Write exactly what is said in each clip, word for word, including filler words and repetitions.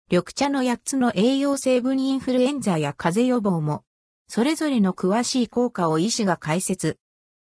緑茶のやっつの栄養成分インフルエンザや風邪予防も、それぞれの詳しい効果を医師が解説。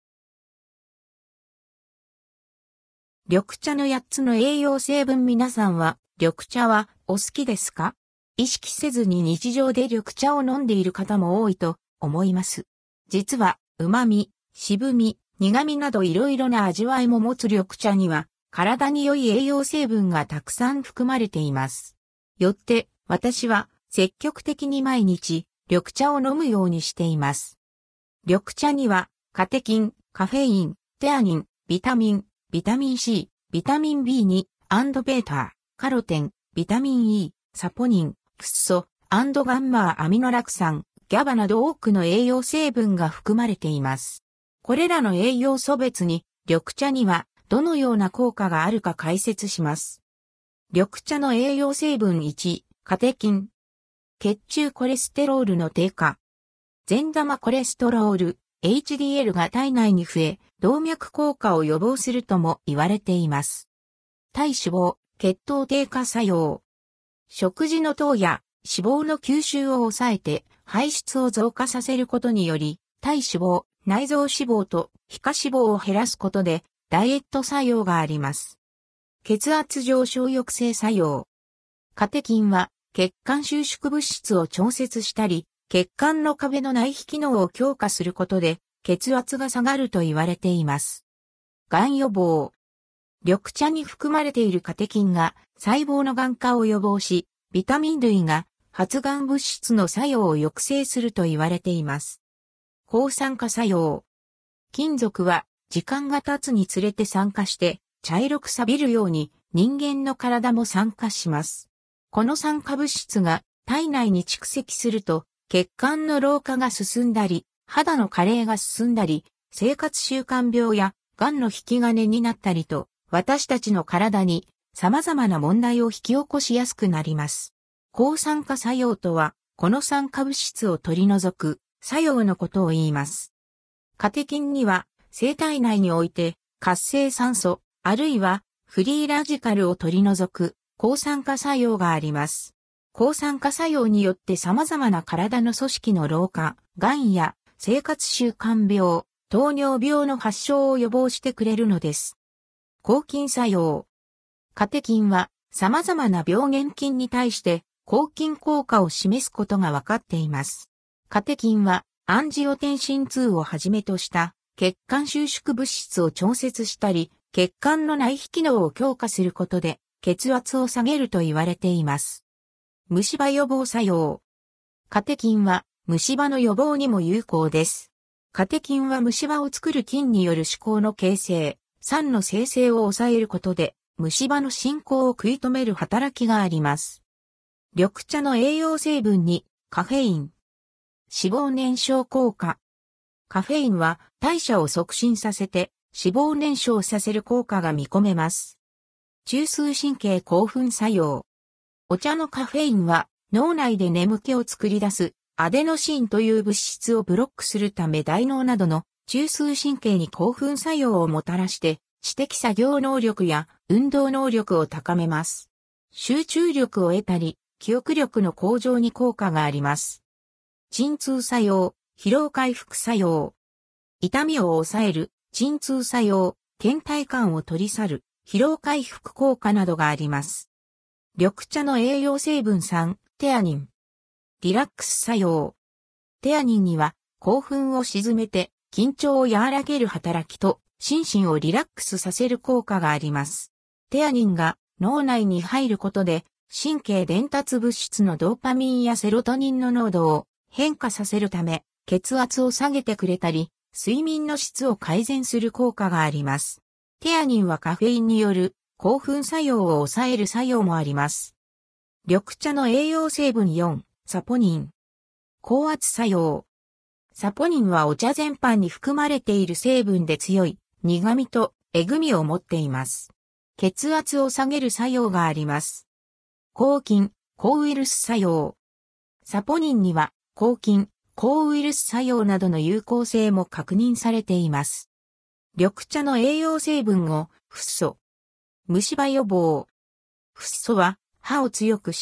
緑茶のやっつの栄養成分皆さんは、緑茶はお好きですか？意識せずに日常で緑茶を飲んでいる方も多いと思います。実は、旨味、渋み、苦味などいろいろな味わいも持つ緑茶には、体に良い栄養成分がたくさん含まれています。よって、私は積極的に毎日、緑茶を飲むようにしています。緑茶には、カテキン、カフェイン、テアニン、ビタミン、ビタミン C、ビタミン ビーツー、アンドベータ、カロテン、ビタミン E、サポニン、フッ素、アンドガンマアミノラク酸、ギャバなど多くの栄養成分が含まれています。これらの栄養素別に、緑茶にはどのような効果があるか解説します。緑茶の栄養成分いち、カテキン。血中コレステロールの低下。善玉コレステロール、エイチディーエル が体内に増え、動脈硬化を予防するとも言われています。体脂肪、血糖低下作用。食事の糖や脂肪の吸収を抑えて排出を増加させることにより、体脂肪、内臓脂肪と皮下脂肪を減らすことでダイエット作用があります。血圧上昇抑制作用。カテキンは血管収縮物質を調節したり、血管の壁の内皮機能を強化することで血圧が下がると言われています。がん予防。緑茶に含まれているカテキンが細胞のがん化を予防し、ビタミン類が発がん物質の作用を抑制すると言われています。抗酸化作用。金属は時間が経つにつれて酸化して茶色く錆びるように人間の体も酸化します。この酸化物質が体内に蓄積すると血管の老化が進んだり、肌の加齢が進んだり、生活習慣病やがんの引き金になったりと、私たちの体に様々な問題を引き起こしやすくなります。抗酸化作用とは、この酸化物質を取り除く作用のことを言います。カテキンには、生体内において活性酸素、あるいはフリーラジカルを取り除く抗酸化作用があります。抗酸化作用によって様々な体の組織の老化、がんや生活習慣病、糖尿病の発症を予防してくれるのです。抗菌作用。カテキンは様々な病原菌に対して抗菌効果を示すことが分かっています。カテキンはアンジオテンシンにをはじめとした血管収縮物質を調節したり、血管の内皮機能を強化することで血圧を下げると言われています。虫歯予防作用。カテキンは虫歯の予防にも有効です。カテキンは虫歯を作る菌による歯垢の形成、酸の生成を抑えることで虫歯の進行を食い止める働きがあります。緑茶の栄養成分にカフェイン。脂肪燃焼効果。カフェインは代謝を促進させて脂肪燃焼させる効果が見込めます。中枢神経興奮作用。お茶のカフェインは脳内で眠気を作り出すアデノシンという物質をブロックするため大脳などの中枢神経に興奮作用をもたらして知的作業能力や運動能力を高めます。集中力を得たり記憶力の向上に効果があります。鎮痛作用、疲労回復作用。痛みを抑える鎮痛作用、倦怠感を取り去る疲労回復効果などがあります。緑茶の栄養成分さん、テアニン。リラックス作用。テアニンには興奮を鎮めて緊張を和らげる働きと心身をリラックスさせる効果があります。テアニンが脳内に入ることで神経伝達物質のドーパミンやセロトニンの濃度を変化させるため血圧を下げてくれたり睡眠の質を改善する効果があります。テアニンはカフェインによる興奮作用を抑える作用もあります。緑茶の栄養成分よん、サポニン。高圧作用。サポニンはお茶全般に含まれている成分で強い苦味とえぐみを持っています。血圧を下げる作用があります。抗菌、抗ウイルス作用。サポニンには抗菌、抗ウイルス作用などの有効性も確認されています。緑茶の栄養成分ご、フッ素。虫歯予防。フッ素は歯を強くし、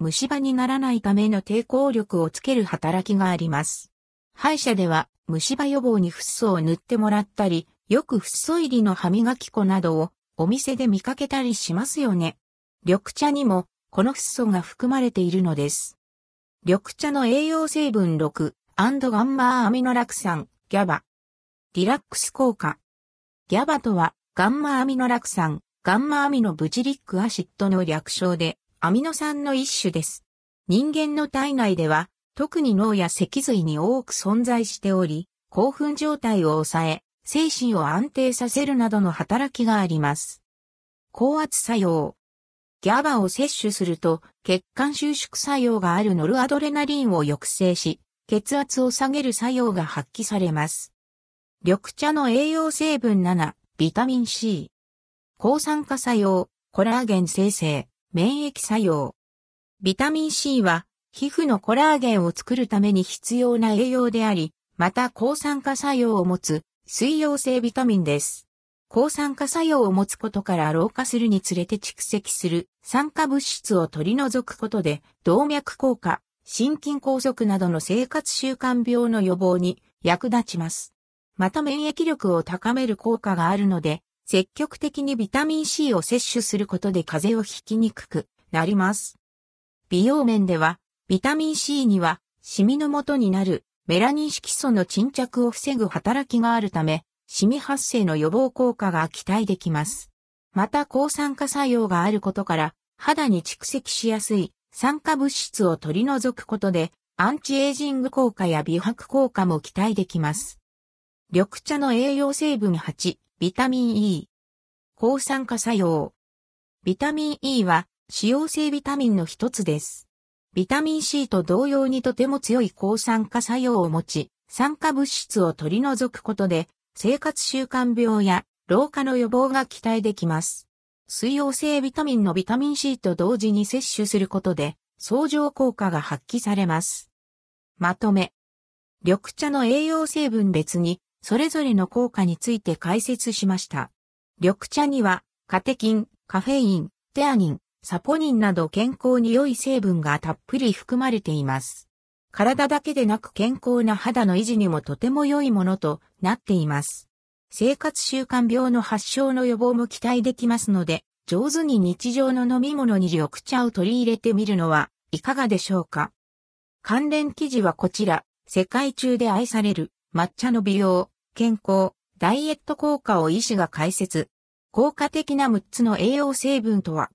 虫歯にならないための抵抗力をつける働きがあります。歯医者では虫歯予防にフッ素を塗ってもらったり、よくフッ素入りの歯磨き粉などをお店で見かけたりしますよね。緑茶にもこのフッ素が含まれているのです。緑茶の栄養成分ろく、ガンマアミノラク酸、ギャバ。リラックス効果。ギャバとはガンマアミノラク酸、ガンマアミノブチリックアシッドの略称でアミノ酸の一種です。人間の体内では特に脳や脊髄に多く存在しており、興奮状態を抑え、精神を安定させるなどの働きがあります。降圧作用。ギャバを摂取すると血管収縮作用があるノルアドレナリンを抑制し、血圧を下げる作用が発揮されます。緑茶の栄養成分なな、ビタミン C。抗酸化作用、コラーゲン生成、免疫作用。ビタミン C は皮膚のコラーゲンを作るために必要な栄養であり、また抗酸化作用を持つ水溶性ビタミンです。抗酸化作用を持つことから老化するにつれて蓄積する酸化物質を取り除くことで動脈硬化、心筋梗塞などの生活習慣病の予防に役立ちます。また免疫力を高める効果があるので、積極的にビタミン C を摂取することで風邪をひきにくくなります。美容面では、ビタミン C には、シミの元になるメラニン色素の沈着を防ぐ働きがあるため、シミ発生の予防効果が期待できます。また抗酸化作用があることから、肌に蓄積しやすい酸化物質を取り除くことで、アンチエイジング効果や美白効果も期待できます。緑茶の栄養成分はち、ビタミン E。抗酸化作用。ビタミン E は脂溶性ビタミンの一つです。ビタミン C と同様にとても強い抗酸化作用を持ち、酸化物質を取り除くことで、生活習慣病や老化の予防が期待できます。水溶性ビタミンのビタミン C と同時に摂取することで、相乗効果が発揮されます。まとめ。緑茶の栄養成分別に、それぞれの効果について解説しました。緑茶には、カテキン、カフェイン、テアニン、サポニンなど健康に良い成分がたっぷり含まれています。体だけでなく健康な肌の維持にもとても良いものとなっています。生活習慣病の発症の予防も期待できますので、上手に日常の飲み物に緑茶を取り入れてみるのはいかがでしょうか。関連記事はこちら、世界中で愛される抹茶の美容、健康、ダイエット効果を医師が解説。効果的なむっつの栄養成分とは、